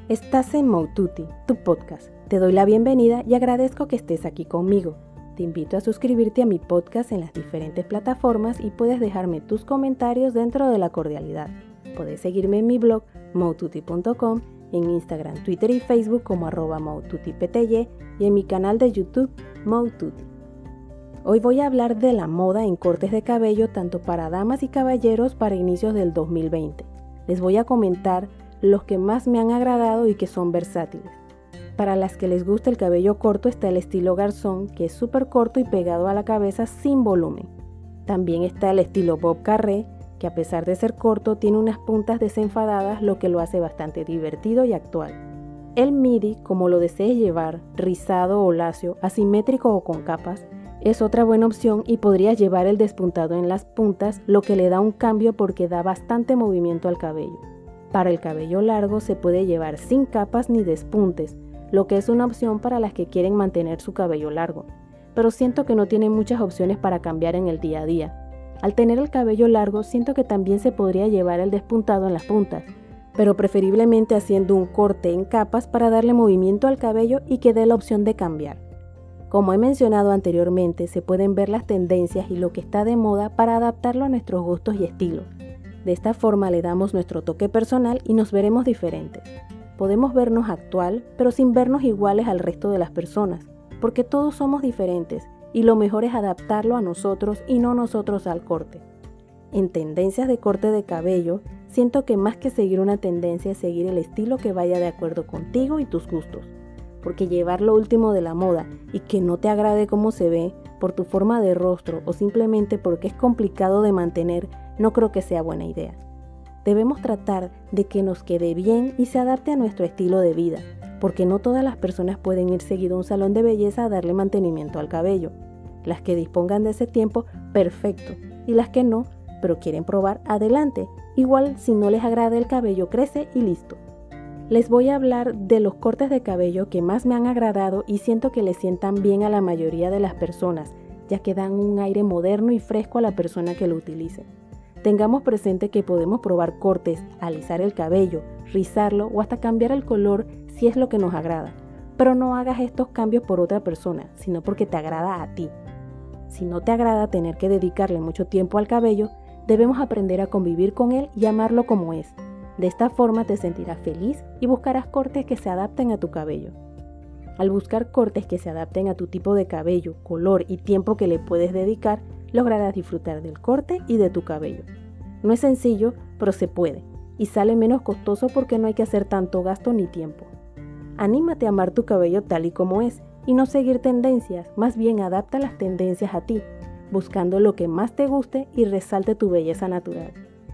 Estás en Moututi, tu podcast. Te doy la bienvenida y agradezco que estés aquí conmigo. Te invito a suscribirte a mi podcast en las diferentes plataformas y puedes dejarme tus comentarios dentro de la cordialidad. Puedes seguirme en mi blog moututi.com, en Instagram, Twitter y Facebook como @moututipty y en mi canal de YouTube Moututi. Hoy voy a hablar de la moda en cortes de cabello tanto para damas y caballeros para inicios del 2020. Les voy a comentar los que más me han agradado y que son versátiles. Para las que les gusta el cabello corto está el estilo garzón, que es súper corto y pegado a la cabeza sin volumen. También está el estilo bob carré, que a pesar de ser corto tiene unas puntas desenfadadas, lo que lo hace bastante divertido y actual. El midi, como lo desees llevar, rizado o lacio, asimétrico o con capas, es otra buena opción y podrías llevar el despuntado en las puntas, lo que le da un cambio porque da bastante movimiento al cabello. Para el cabello largo se puede llevar sin capas ni despuntes, lo que es una opción para las que quieren mantener su cabello largo, pero siento que no tienen muchas opciones para cambiar en el día a día. Al tener el cabello largo siento que también se podría llevar el despuntado en las puntas, pero preferiblemente haciendo un corte en capas para darle movimiento al cabello y que dé la opción de cambiar. Como he mencionado anteriormente, se pueden ver las tendencias y lo que está de moda para adaptarlo a nuestros gustos y estilos. De esta forma le damos nuestro toque personal y nos veremos diferentes. Podemos vernos actual, pero sin vernos iguales al resto de las personas, porque todos somos diferentes y lo mejor es adaptarlo a nosotros y no nosotros al corte. En tendencias de corte de cabello, siento que más que seguir una tendencia es seguir el estilo que vaya de acuerdo contigo y tus gustos, porque llevar lo último de la moda y que no te agrade cómo se ve, por tu forma de rostro o simplemente porque es complicado de mantener, no creo que sea buena idea. Debemos tratar de que nos quede bien y se adapte a nuestro estilo de vida, porque no todas las personas pueden ir seguido a un salón de belleza a darle mantenimiento al cabello. Las que dispongan de ese tiempo, perfecto, y las que no, pero quieren probar, adelante. Igual si no les agrada el cabello, crece y listo. Les voy a hablar de los cortes de cabello que más me han agradado y siento que le sientan bien a la mayoría de las personas, ya que dan un aire moderno y fresco a la persona que lo utilice. Tengamos presente que podemos probar cortes, alisar el cabello, rizarlo o hasta cambiar el color si es lo que nos agrada. Pero no hagas estos cambios por otra persona, sino porque te agrada a ti. Si no te agrada tener que dedicarle mucho tiempo al cabello, debemos aprender a convivir con él y amarlo como es. De esta forma te sentirás feliz y buscarás cortes que se adapten a tu cabello. Al buscar cortes que se adapten a tu tipo de cabello, color y tiempo que le puedes dedicar, lograrás disfrutar del corte y de tu cabello. No es sencillo, pero se puede, y sale menos costoso porque no hay que hacer tanto gasto ni tiempo. Anímate a amar tu cabello tal y como es, y no seguir tendencias, más bien adapta las tendencias a ti, buscando lo que más te guste y resalte tu belleza natural.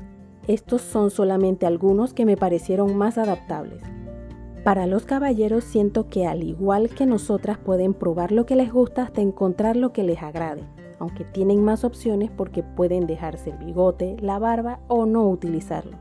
Estos son solamente algunos que me parecieron más adaptables. Para los caballeros siento que al igual que nosotras pueden probar lo que les gusta hasta encontrar lo que les agrade, aunque tienen más opciones porque pueden dejarse el bigote, la barba o no utilizarlo.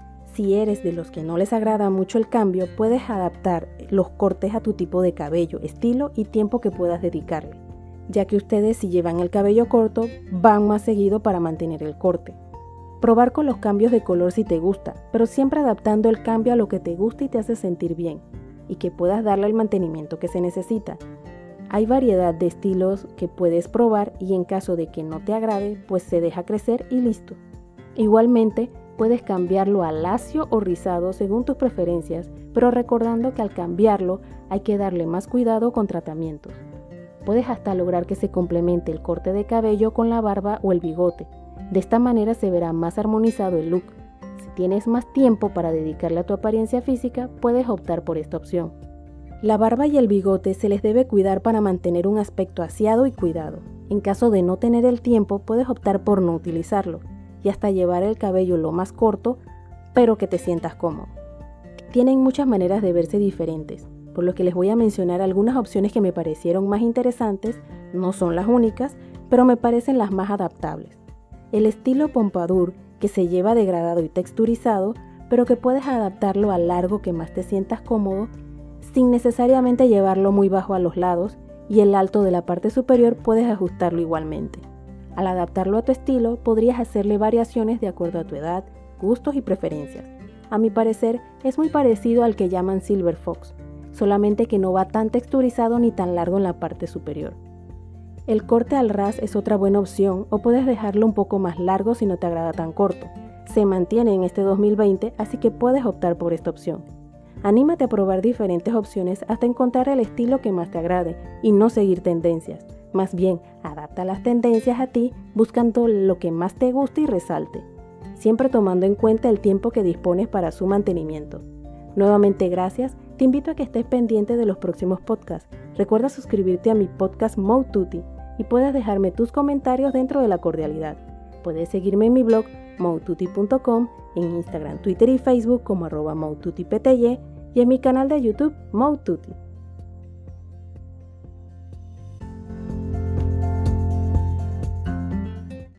Si eres de los que no les agrada mucho el cambio, puedes adaptar los cortes a tu tipo de cabello, estilo y tiempo que puedas dedicarle, ya que ustedes si llevan el cabello corto van más seguido para mantener el corte. Probar con los cambios de color si te gusta, pero siempre adaptando el cambio a lo que te gusta y te hace sentir bien, y que puedas darle el mantenimiento que se necesita. Hay variedad de estilos que puedes probar y en caso de que no te agrade, pues se deja crecer y listo. Igualmente, puedes cambiarlo a lacio o rizado según tus preferencias, pero recordando que al cambiarlo hay que darle más cuidado con tratamientos. Puedes hasta lograr que se complemente el corte de cabello con la barba o el bigote. De esta manera se verá más armonizado el look. Si tienes más tiempo para dedicarle a tu apariencia física, puedes optar por esta opción. La barba y el bigote se les debe cuidar para mantener un aspecto aseado y cuidado. En caso de no tener el tiempo, puedes optar por no utilizarlo y hasta llevar el cabello lo más corto, pero que te sientas cómodo. Tienen muchas maneras de verse diferentes, por lo que les voy a mencionar algunas opciones que me parecieron más interesantes. No son las únicas, pero me parecen las más adaptables. El estilo pompadour, que se lleva degradado y texturizado, pero que puedes adaptarlo al largo que más te sientas cómodo, sin necesariamente llevarlo muy bajo a los lados, y el alto de la parte superior puedes ajustarlo igualmente. Al adaptarlo a tu estilo, podrías hacerle variaciones de acuerdo a tu edad, gustos y preferencias. A mi parecer es muy parecido al que llaman Silver Fox, solamente que no va tan texturizado ni tan largo en la parte superior. El corte al ras es otra buena opción, o puedes dejarlo un poco más largo si no te agrada tan corto. Se mantiene en este 2020, así que puedes optar por esta opción. Anímate a probar diferentes opciones hasta encontrar el estilo que más te agrade y no seguir tendencias. Más bien, adapta las tendencias a ti buscando lo que más te guste y resalte, siempre tomando en cuenta el tiempo que dispones para su mantenimiento. Nuevamente gracias, te invito a que estés pendiente de los próximos podcasts. Recuerda suscribirte a mi podcast Mode Tutti y puedes dejarme tus comentarios dentro de la cordialidad. Puedes seguirme en mi blog modetutti.com, en Instagram, Twitter y Facebook como @modetutipty y en mi canal de YouTube Mode Tutti.